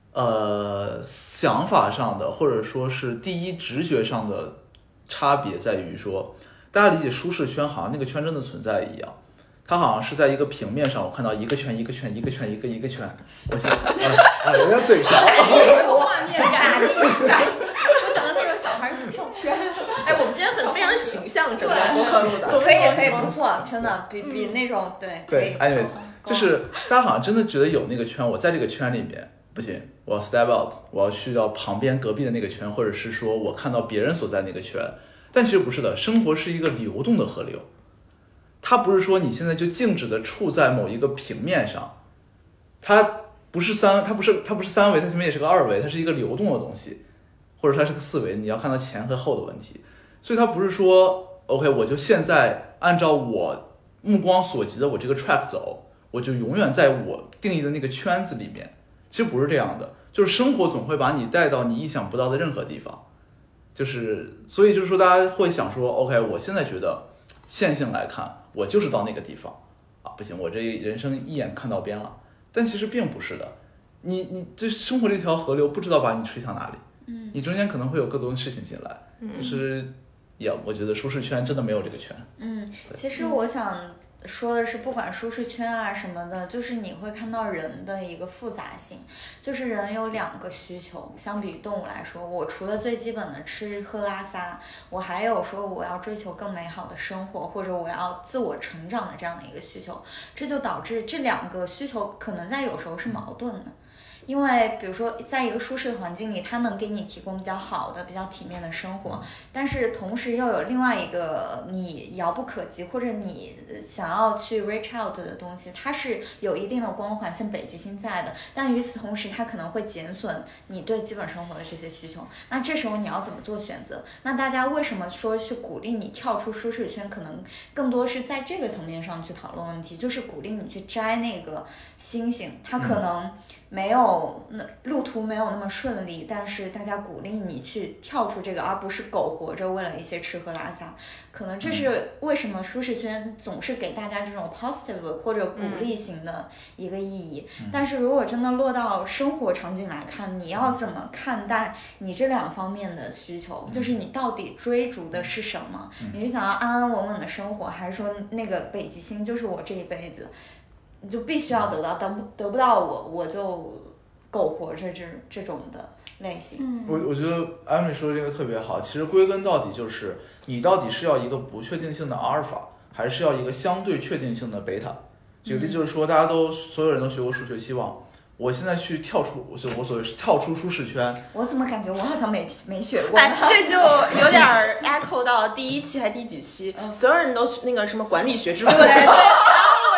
Speaker 2: 想法上的或者说是第一直觉上的差别在于说，大家理解舒适圈好像那个圈真的存在一样，它好像是在一个平面上，我看到一个圈一个圈一个圈一个圈，我想人家嘴瓢，
Speaker 3: 画面感，我想到那种小孩跳圈。
Speaker 4: 哎，我们今天非常形象，整个播客录的，
Speaker 1: 可以，不错，真的比那种对
Speaker 2: anyways，就是大家好像真的觉得有那个圈，我在这个圈里面不行，我要 step out， 我要去到旁边隔壁的那个圈，或者是说我看到别人所在那个圈，但其实不是的，生活是一个流动的河流，它不是说你现在就静止的处在某一个平面上，它不是三维，它前面也是个二维，它是一个流动的东西，或者它是个四维，你要看到前和后的问题，所以它不是说 OK， 我就现在按照我目光所及的我这个 track 走，我就永远在我定义的那个圈子里面，其实不是这样的，就是生活总会把你带到你意想不到的任何地方，就是所以就是说大家会想说 OK， 我现在觉得线性来看，我就是到那个地方啊，不行，我这人生一眼看到边了，但其实并不是的，你这生活这条河流不知道把你吹向哪里，你中间可能会有各种事情进来，就是我觉得舒适圈真的没有这个圈。
Speaker 1: 其实我想说的是，不管舒适圈啊什么的，就是你会看到人的一个复杂性，就是人有两个需求，相比于动物来说，我除了最基本的吃喝拉撒，我还有说我要追求更美好的生活，或者我要自我成长的这样的一个需求，这就导致这两个需求可能在有时候是矛盾的。因为比如说在一个舒适的环境里，它能给你提供比较好的比较体面的生活，但是同时又有另外一个你遥不可及或者你想要去 reach out 的东西，它是有一定的光环像北极星在的，但与此同时它可能会减损你对基本生活的这些需求，那这时候你要怎么做选择？那大家为什么说去鼓励你跳出舒适圈，可能更多是在这个层面上去讨论问题，就是鼓励你去摘那个星星，它可能没有路途没有那么顺利，但是大家鼓励你去跳出这个，而不是苟活着为了一些吃喝拉撒，可能这是为什么舒适圈总是给大家这种 positive 或者鼓励型的一个意义，但是如果真的落到生活场景来看，你要怎么看待你这两方面的需求，就是你到底追逐的是什么，你是想要安安稳稳的生活，还是说那个北极星就是我这一辈子，你就必须要得到，得不到我就苟活着这种的类型。
Speaker 2: 我觉得艾米说的这个特别好，其实归根到底就是你到底是要一个不确定性的阿尔法，还是要一个相对确定性的贝塔。举个例就是说，所有人都学过数学期望，我现在去跳出我所谓跳出舒适圈，
Speaker 1: 我怎么感觉我好像没学过？
Speaker 4: 哎，这就有点 echo 到第一期还第几期，所有人都那个什么管理学之父。对，然后我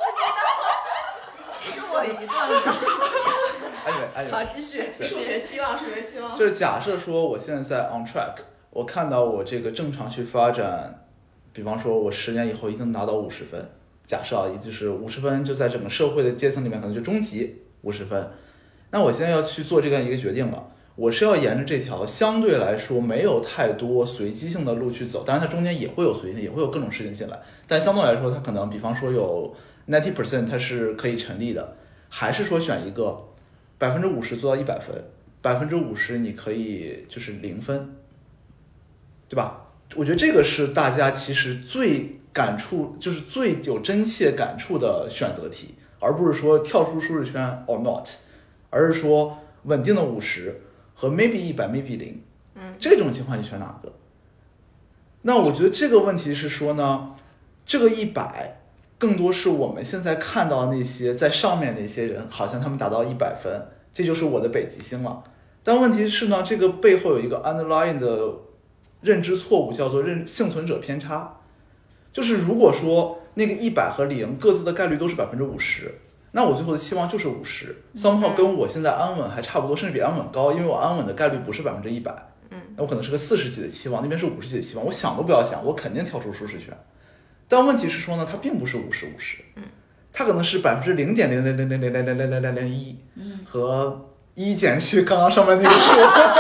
Speaker 4: 又不知道，是我一段。好，继续。数学期望。
Speaker 2: 就是假设说我现在在 on track， 我看到我这个正常去发展，比方说我10年以后一定拿到50分，假设也就是50分就在整个社会的阶层里面可能就中级50分，那我现在要去做这样一个决定了，我是要沿着这条相对来说没有太多随机性的路去走，当然它中间也会有随机性，也会有各种事情进来，但相对来说它可能比方说有 90% 它是可以成立的，还是说选一个50%做到100分，50%你可以就是0分，对吧？我觉得这个是大家其实最感触，就是最有真切感触的选择题，而不是说跳出舒适圈 or not， 而是说稳定的50和 maybe 100 maybe 0，这种情况你选哪个？那我觉得这个问题是说呢，这个100 更多是我们现在看到那些在上面那些人，好像他们达到100分，这就是我的北极星了。但问题是呢，这个背后有一个 underlying 的认知错误，叫做幸存者偏差。就是如果说那个100和0各自的概率都是50%，那我最后的期望就是50。somehow 跟我现在安稳还差不多，甚至比安稳高，因为我安稳的概率不是100%，那我可能是个40几的期望，那边是50几的期望，我想都不要想，我肯定跳出舒适圈。但问题是说呢，它并不是50-50，它可能是0.000000001，和1减去刚刚上面那个数，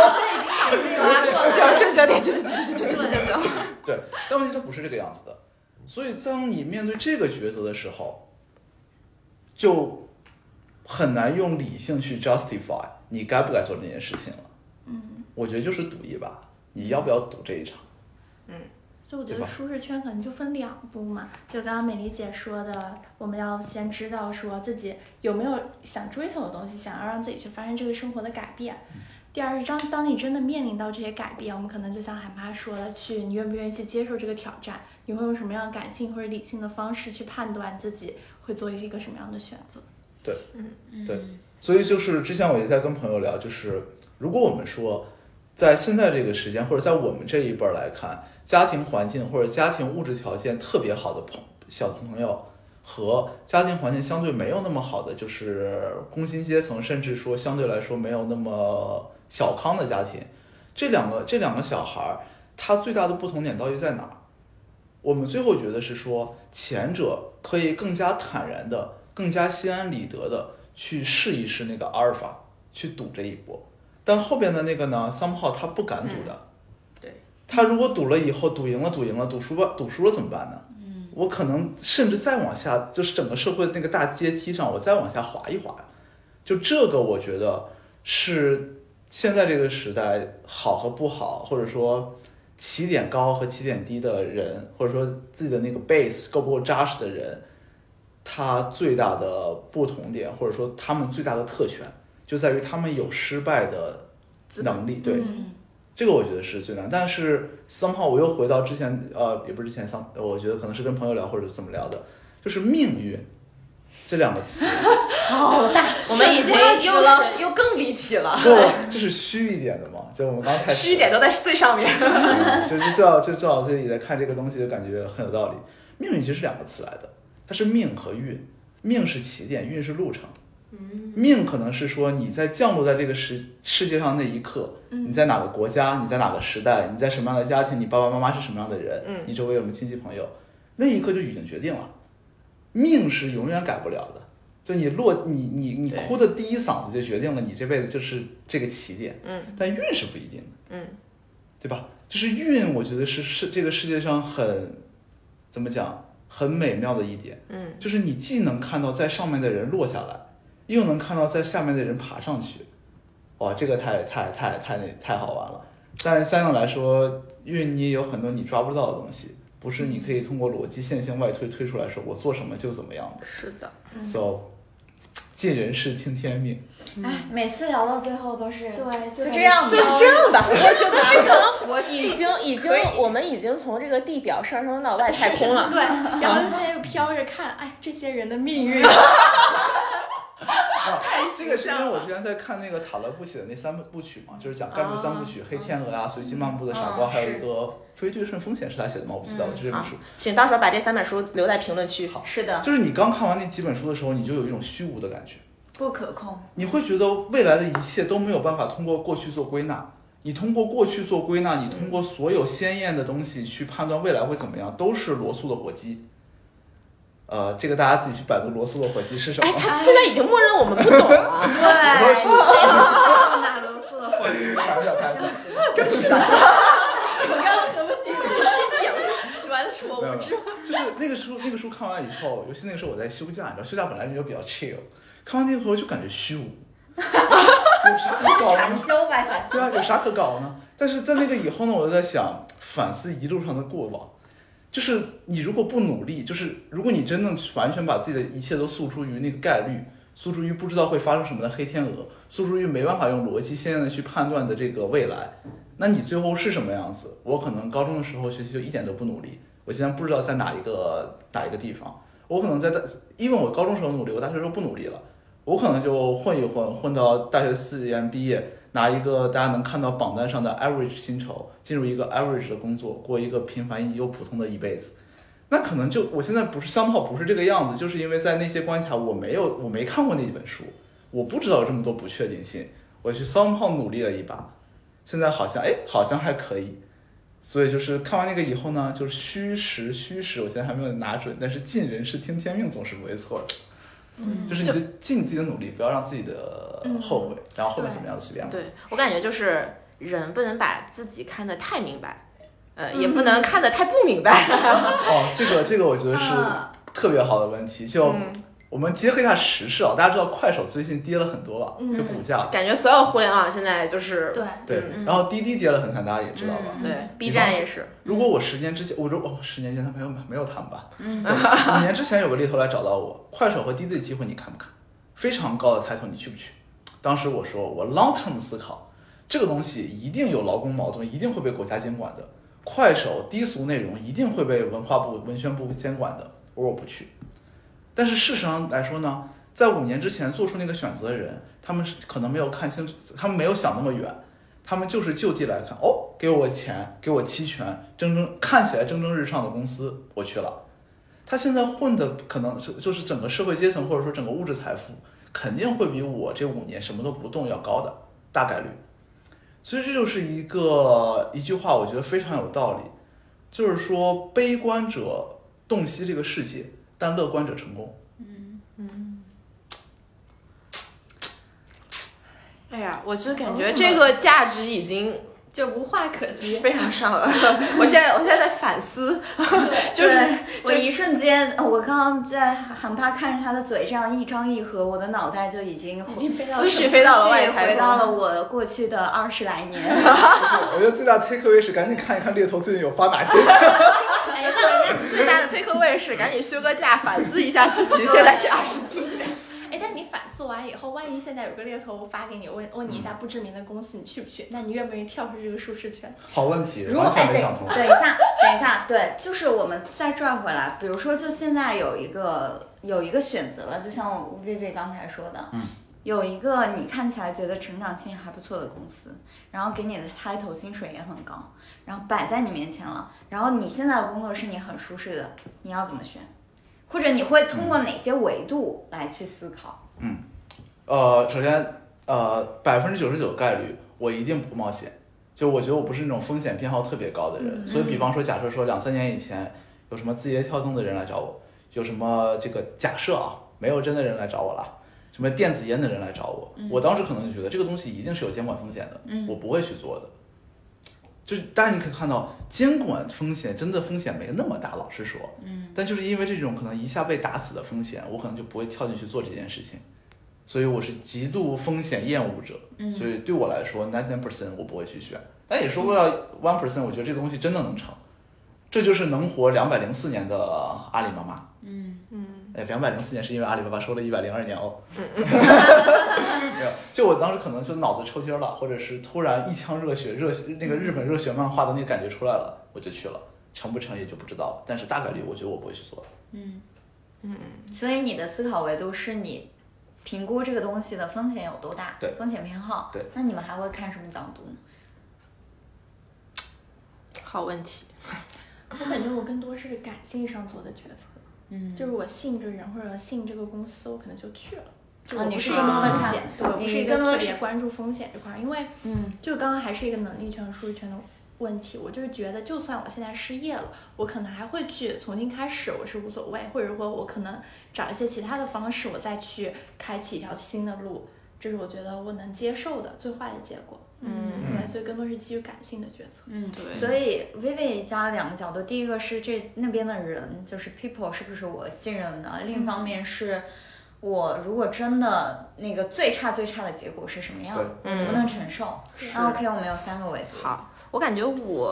Speaker 2: 对，但问题它不是这个样子的。所以当你面对这个抉择的时候，就很难用理性去 justify 你该不该做这件事情了。我觉得就是赌一把，你要不要赌这一场？
Speaker 3: 所以我觉得舒适圈可能就分2步嘛，就刚刚美丽姐说的，我们要先知道说自己有没有想追求的东西，想要让自己去发生这个生活的改变。第二是当你真的面临到这些改变，我们可能就像海妈说的，你愿不愿意去接受这个挑战？你会用什么样感性或者理性的方式去判断自己会做一个什么样的选择？
Speaker 2: 对，对，所以就是之前我也在跟朋友聊，就是如果我们说在现在这个时间，或者在我们这一辈来看，家庭环境或者家庭物质条件特别好的小朋友，和家庭环境相对没有那么好的，就是工薪阶层，甚至说相对来说没有那么小康的家庭，这两个小孩，他最大的不同点到底在哪儿？我们最后觉得是说，前者可以更加坦然的、更加心安理得的去试一试那个阿尔法，去赌这一波。但后边的那个呢 ，somehow 他不敢赌的。
Speaker 4: 对。
Speaker 2: 他如果赌了以后，赌赢了，赌输了怎么办呢？我可能甚至再往下，就是整个社会那个大阶梯上，我再往下滑一滑。就这个，我觉得是现在这个时代好和不好，或者说起点高和起点低的人，或者说自己的那个 base 够不够扎实的人，他最大的不同点，或者说他们最大的特权，就在于他们有失败的能力。对，这个我觉得是最难。但是 somehow 我又回到之前，也不是之前我觉得可能是跟朋友聊或者怎么聊的，就是命运这2个词。
Speaker 4: 好大，我们已经又更立体了。
Speaker 2: 不，这是虚一点的嘛？就我们刚开始
Speaker 4: 虚一点都在最上面。
Speaker 2: 就正好最近也在看这个东西，就感觉很有道理。命运其实是2个词来的，它是命和运，命是起点，运是路程。命可能是说你在降落在这个世界上那一刻，你在哪个国家，你在哪个时代，你在什么样的家庭，你爸爸妈妈是什么样的人，你周围有什么亲戚朋友，那一刻就已经决定了。命是永远改不了的，就你哭的第一嗓子就决定了你这辈子就是这个起点。但运是不一定的。对吧？就是运，我觉得是这个世界上怎么讲，很美妙的一点。就是你既能看到在上面的人落下来，又能看到在下面的人爬上去。哇，这个太好玩了。但相应来说，运你也有很多你抓不到的东西，不是你可以通过逻辑线性外推出来说我做什么就怎么样的。
Speaker 4: 是的。
Speaker 2: So 尽人事听天命。
Speaker 1: 每次聊到最后都是
Speaker 3: 对，
Speaker 1: 就这样吧，
Speaker 4: 就是这样吧。我觉得非常佛系，我们已经从这个地表上升到外太空了。
Speaker 3: 对，然后现在又飘着看，这些人的命运。
Speaker 2: 这个是因为我之前在看那个塔勒布写的那3部曲嘛，就是讲概率3部曲，黑天鹅啊，随机漫步的傻瓜，还有一个非对称风险是他写的吗？我不记得了，就这本书。
Speaker 4: 请到时候把这3本书留在评论区。
Speaker 2: 好，
Speaker 1: 是的。
Speaker 2: 就是你刚看完那几本书的时候，你就有一种虚无的感觉，
Speaker 1: 不可控。
Speaker 2: 你会觉得未来的一切都没有办法通过过去做归纳。你通过过去做归纳，你通过所有鲜艳的东西去判断未来会怎么样，都是罗素的火鸡。这个大家自己去百度罗素的火鸡是什么。
Speaker 4: 他现在已经默认我们不懂了。
Speaker 1: 对，谁知道罗素的火鸡？
Speaker 2: 开玩笑。
Speaker 4: 真不知道。
Speaker 3: 我刚刚和问你是一点，你玩的是我无知。
Speaker 2: 就是那个书看完以后，尤其那个时候我在休假，你知道休假本来就比较 chill， 看完那以后就感觉虚无。有啥可搞的呢？
Speaker 1: 修吧，小
Speaker 2: 对啊，有啥可搞呢？但是在那个以后呢，我就在想反思一路上的过往。就是你如果不努力，就是如果你真正完全把自己的一切都诉诸于那个概率，诉诸于不知道会发生什么的黑天鹅，诉诸于没办法用逻辑鲜艳的去判断的这个未来，那你最后是什么样子？我可能高中的时候学习就一点都不努力，我现在不知道在哪一个地方， 我可能因为我高中时候努力，我大学时候不努力了，我可能就混一混，混到大学4年毕业，拿一个大家能看到榜单上的 average 薪酬，进入一个 average 的工作，过一个平凡又普通的一辈子。那可能就我现在相炮不是这个样子，就是因为在那些关卡我没看过那一本书，我不知道有这么多不确定性，我去相炮努力了一把，现在好像还可以。所以就是看完那个以后呢，就是虚实我现在还没有拿准，但是尽人事听天命总是不会错的。就是你就尽自己的努力，不要让自己的后悔，然后后面怎么样的随便。
Speaker 4: 对，我感觉就是人不能把自己看得太明白，也不能看得太不明白。
Speaker 2: 哦，这个我觉得是特别好的问题。就我们结合一下时事啊，大家知道快手最近跌了很多了，就股价。
Speaker 4: 感觉所有互联网现在就是
Speaker 3: 对，
Speaker 2: 然后滴滴跌了很惨，大家也知道吧？
Speaker 4: 对，B 站也是。
Speaker 2: 如果我10年之前，我说10年前他没有他们吧？5年之前有个猎头来找到我，快手和滴滴的机会你看不看？非常高的 title 你去不去？当时我说我 long term 思考，这个东西一定有劳工矛盾，一定会被国家监管的。快手低俗内容一定会被文化部、文宣部监管的。我说我不去。但是事实上来说呢，在5年之前做出那个选择的人，他们可能没有看清，他们没有想那么远，他们就是就地来看，给我钱，给我期权，看起来蒸蒸日上的公司，我去了。他现在混的可能就是整个社会阶层或者说整个物质财富，肯定会比我这5年什么都不动要高的，大概率。所以这就是一句话，我觉得非常有道理，就是说悲观者洞悉这个世界，但乐观者成功。
Speaker 4: 哎呀，我就感觉这个价值已经
Speaker 3: 就无话可及，
Speaker 4: 非常上了。我现在在反思，就是
Speaker 1: 我一瞬间，我刚刚在很怕看着他的嘴这样一张一合，我的脑袋就已经
Speaker 4: 思绪飞到了外太空，
Speaker 1: 回到了我过去的20来年。
Speaker 2: 我觉得最大 take away 是赶紧看一看猎头最近有发哪些。
Speaker 4: 哎，那最大的 take away 是赶紧休个假，反思一下自己现在这20几年。
Speaker 3: 但你反思完以后，万一现在有个猎头发给你，问你一家不知名的公司，你去不去？那你愿不愿意跳出这个舒适圈？
Speaker 2: 好问题，完全没想通。
Speaker 1: 等一下，对，就是我们再拽回来，比如说，就现在有一个选择了，就像薇薇刚才说的，有一个你看起来觉得成长性还不错的公司，然后给你的 title 薪水也很高，然后摆在你面前了，然后你现在的工作是你很舒适的，你要怎么选？或者你会通过哪些维度来去思考？
Speaker 2: 首先，99%概率我一定不冒险。就我觉得我不是那种风险偏好特别高的人，所以比方说，假设说2、3年以前有什么字节跳动的人来找我，有什么这个假设没有真的人来找我了，什么电子烟的人来找我，我当时可能就觉得这个东西一定是有监管风险的，我不会去做的。就大家你可以看到，监管风险真的风险没那么大，老实说，但就是因为这种可能一下被打死的风险，我可能就不会跳进去做这件事情，所以我是极度风险厌恶者，所以对我来说99% 我不会去选，但也说不了1%，我觉得这个东西真的能成，这就是能活204年的阿里妈妈。204年是因为阿里巴巴收了102年哦。没有，就我当时可能就脑子抽筋了，或者是突然一腔热血，那个日本热血漫画的那个感觉出来了，我就去了，成不成也就不知道了，但是大概率我觉得我不会去做。
Speaker 1: 所以你的思考维度是你评估这个东西的风险有多大，
Speaker 2: 对，
Speaker 1: 风险偏好。
Speaker 2: 对，
Speaker 1: 那你们还会看什么角度呢？
Speaker 4: 好问题。
Speaker 3: 我感觉我更多是感性上做的决策，就是我信这个人或者信这个公司，我可能就去了。就我不是一个风险，对，我不是一个特别关注风险这块，因为就刚刚还是一个能力圈和舒适圈的问题。我就是觉得，就算我现在失业了，我可能还会去重新开始，我是无所谓，或者说我可能找一些其他的方式，我再去开启一条新的路，这是我觉得我能接受的最坏的结果。对，所以更多是基于感性的决策。
Speaker 4: 对。
Speaker 1: 所以薇薇加了2个角度，第一个是那边的人，就是 people 是不是我信任的，另一方面是我如果真的那个最差的结果是什么样，我不能承受。OK， 我们有3个维度。
Speaker 4: 好，我感觉我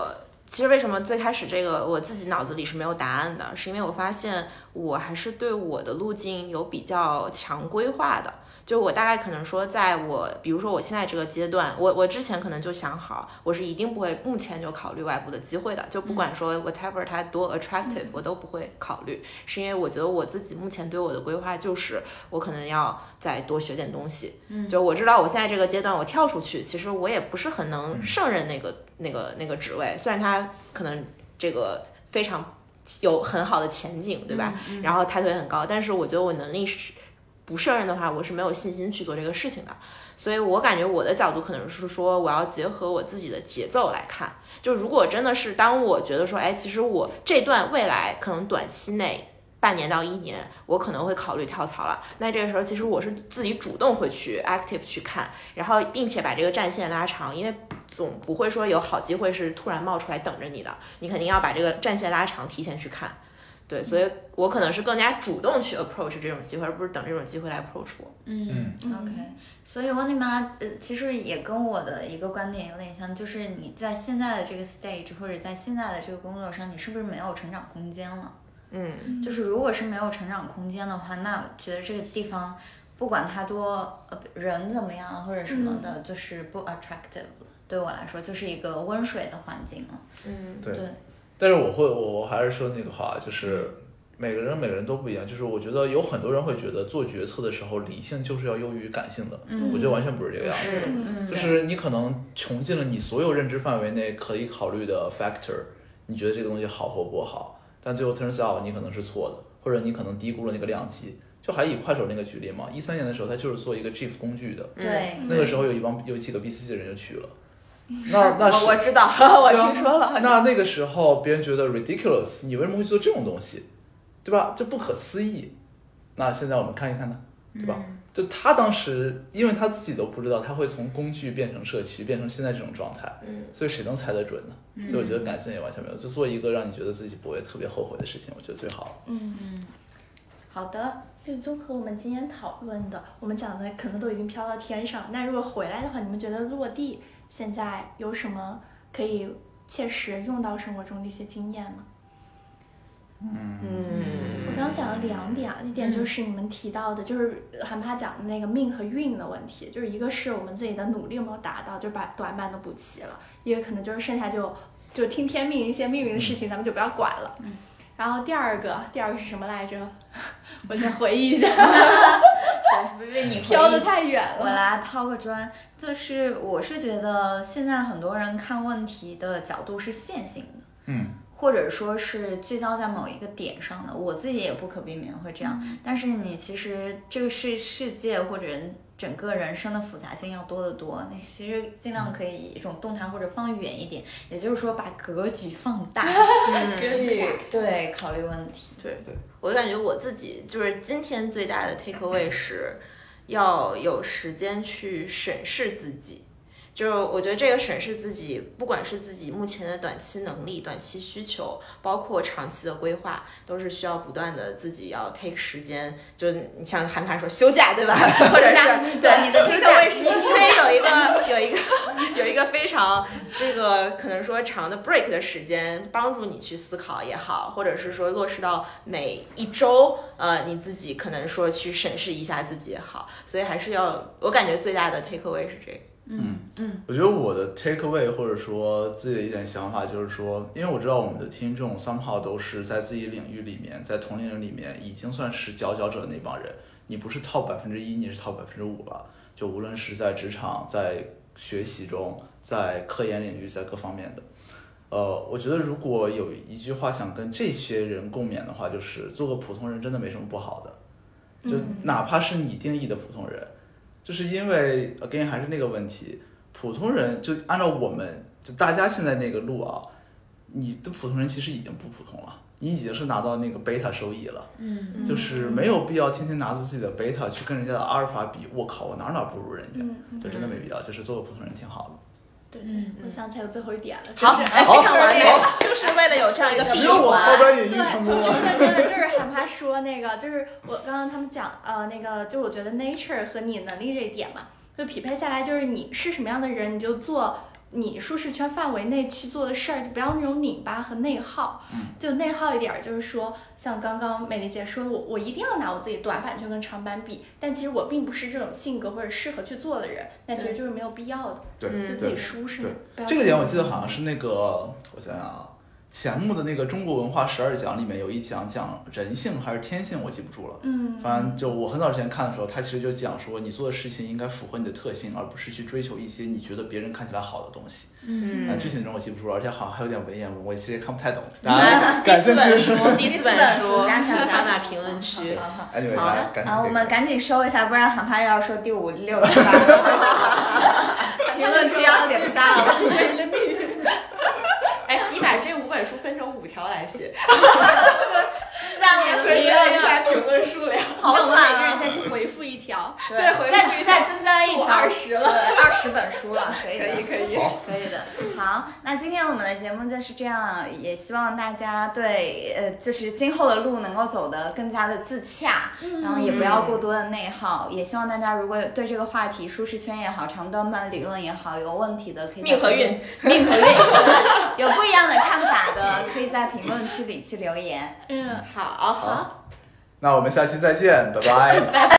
Speaker 4: 其实为什么最开始这个我自己脑子里是没有答案的，是因为我发现我还是对我的路径有比较强规划的。就我大概可能说，在我比如说我现在这个阶段，我之前可能就想好，我是一定不会目前就考虑外部的机会的，就不管说 whatever 它多 attractive，我都不会考虑，是因为我觉得我自己目前对我的规划就是我可能要再多学点东西。就我知道我现在这个阶段我跳出去，其实我也不是很能胜任那个职位，虽然它可能这个非常有很好的前景，对吧？然后抬头也很高，但是我觉得我能力是不胜任的话，我是没有信心去做这个事情的。所以我感觉我的角度可能是说，我要结合我自己的节奏来看。就如果真的是当我觉得说，哎，其实我这段未来可能短期内半年到1年，我可能会考虑跳槽了。那这个时候其实我是自己主动会去 active 去看，然后并且把这个战线拉长，因为总不会说有好机会是突然冒出来等着你的，你肯定要把这个战线拉长，提前去看。对，所以我可能是更加主动去 approach 这种机会，而不是等这种机会来 approach 我。
Speaker 1: OK， 所以温妮妈其实也跟我的一个观点有点像，就是你在现在的这个 stage 或者在现在的这个工作上，你是不是没有成长空间了？就是如果是没有成长空间的话，那我觉得这个地方不管它多人怎么样或者什么的，就是不 attractive 了。对我来说，就是一个温水的环境了。
Speaker 2: 对。但是我还是说那个话，就是每个人都不一样。就是我觉得有很多人会觉得做决策的时候，理性就是要优于感性的。我觉得完全不是这个样子。就是你可能穷尽了你所有认知范围内可以考虑的 factor， 你觉得这个东西好或不好，但最后 turns out 你可能是错的，或者你可能低估了那个量级。就还以快手那个举例嘛，13年的时候，他就是做一个 GIF 工具的。
Speaker 1: 对。
Speaker 2: 那个时候有几个 BCC 的人就去了。那是
Speaker 4: 我知道，我听说了。
Speaker 2: 那个时候别人觉得 ridiculous， 你为什么会去做这种东西，对吧？这不可思议。那现在我们看一看呢，对吧？就他当时，因为他自己都不知道他会从工具变成社区，变成现在这种状态，所以谁能猜得准呢？所以我觉得感性也完全没有，就做一个让你觉得自己不会特别后悔的事情，我觉得最好。
Speaker 1: 好的。
Speaker 3: 所以综合我们今天讨论的，我们讲的可能都已经飘到天上。那如果回来的话，你们觉得落地现在有什么可以切实用到生活中的一些经验吗？我刚想了2点，一点就是你们提到的，就是韩帕讲的那个命和运的问题，就是一个是我们自己的努力有没有达到，就把短板都补齐了；一个可能就是剩下就听天命，一些命运的事情咱们就不要管了。然后第二个是什么来着？我先回忆一下。
Speaker 1: 对，你
Speaker 3: 飘得太远了。
Speaker 1: 我来抛个砖，就是我是觉得现在很多人看问题的角度是线性的。或者说是聚焦在某一个点上的，我自己也不可避免会这样。但是你其实这个世界或者整个人生的复杂性要多得多，你其实尽量可以以一种动态或者放远一点，也就是说把格局放大，对考虑问题。
Speaker 4: 对，我感觉我自己就是今天最大的 take away 是要有时间去审视自己。就是我觉得这个审视自己，不管是自己目前的短期能力、短期需求，包括长期的规划，都是需要不断的自己要 take 时间。就你像韩帕说休假，对吧？或者是对你的休假，所以有一个非常这个可能说长的 break 的时间，帮助你去思考也好，或者是说落实到每一周，你自己可能说去审视一下自己也好。所以还是要，我感觉最大的 take away 是这个。
Speaker 2: 我觉得我的 take away 或者说自己的一点想法就是说，因为我知道我们的听众 somehow 都是在自己领域里面，在同龄人里面已经算是佼佼者的那帮人，你不是 top 1%，你是 top 5%了。就无论是在职场、在学习中、在科研领域、在各方面的。我觉得如果有一句话想跟这些人共勉的话，就是做个普通人真的没什么不好的，就哪怕是你定义的普通人。就是因为 again 还是那个问题，普通人就按照我们就大家现在那个路啊，你的普通人其实已经不普通了，你已经是拿到那个贝塔收益了，就是没有必要天天拿着自己的贝塔去跟人家的阿尔法比，我靠，我哪不如人家，就真的没必要，就是做个普通人挺好的。
Speaker 3: 对，我想起来有最后一点了，
Speaker 4: 好，非常完美，就是为了有这样一个闭环。
Speaker 2: 抛砖引玉成功了。
Speaker 3: 真的就是韩帕说那个，就是我刚刚他们讲那个，就我觉得 nature 和你能力这一点嘛，就匹配下来，就是你是什么样的人，你就做你舒适圈范围内去做的事儿，就不要那种拧巴和内耗。就内耗一点儿，就是说，像刚刚美丽姐说的，我一定要拿我自己短板去跟长板比，但其实我并不是这种性格或者适合去做的人，那其实就是没有必要的。
Speaker 2: 对，
Speaker 3: 就自己舒适的。
Speaker 2: 这个点我记得好像是那个，我想想啊。钱穆的那个中国文化12讲里面有一讲讲人性还是天性，我记不住了。反正就我很早之前看的时候，他其实就讲说，你做的事情应该符合你的特性，而不是去追求一些你觉得别人看起来好的东西。具体内容我记不住了，而且好像还有点文言文，我其实也看不太懂。大家感兴趣？
Speaker 4: 第4本书，加上加拿评论区。
Speaker 2: 好，
Speaker 1: 我们赶紧收一下，不然很怕又要说第5、6、7、8。评论区要写不下了。
Speaker 4: 哎，你把这5本书分成5条来写，
Speaker 1: 下面
Speaker 4: 可以按一下评论数量。
Speaker 3: 好惨啊！我们每个人再去回复一条，
Speaker 4: 对，
Speaker 1: 再增加一条
Speaker 3: 20了
Speaker 1: ，20本书了，可以的，可以的。好，那今天我们的节目就是这样，也希望大家对就是今后的路能够走得更加的自洽，然后也不要过多的内耗。也希望大家如果对这个话题舒适圈也好，长短板理论也好有问题的，可以
Speaker 4: 命和运
Speaker 1: 有不一样的看法的，可以在评论区里去留言。
Speaker 4: 好，
Speaker 2: 那我们下期再见，拜拜。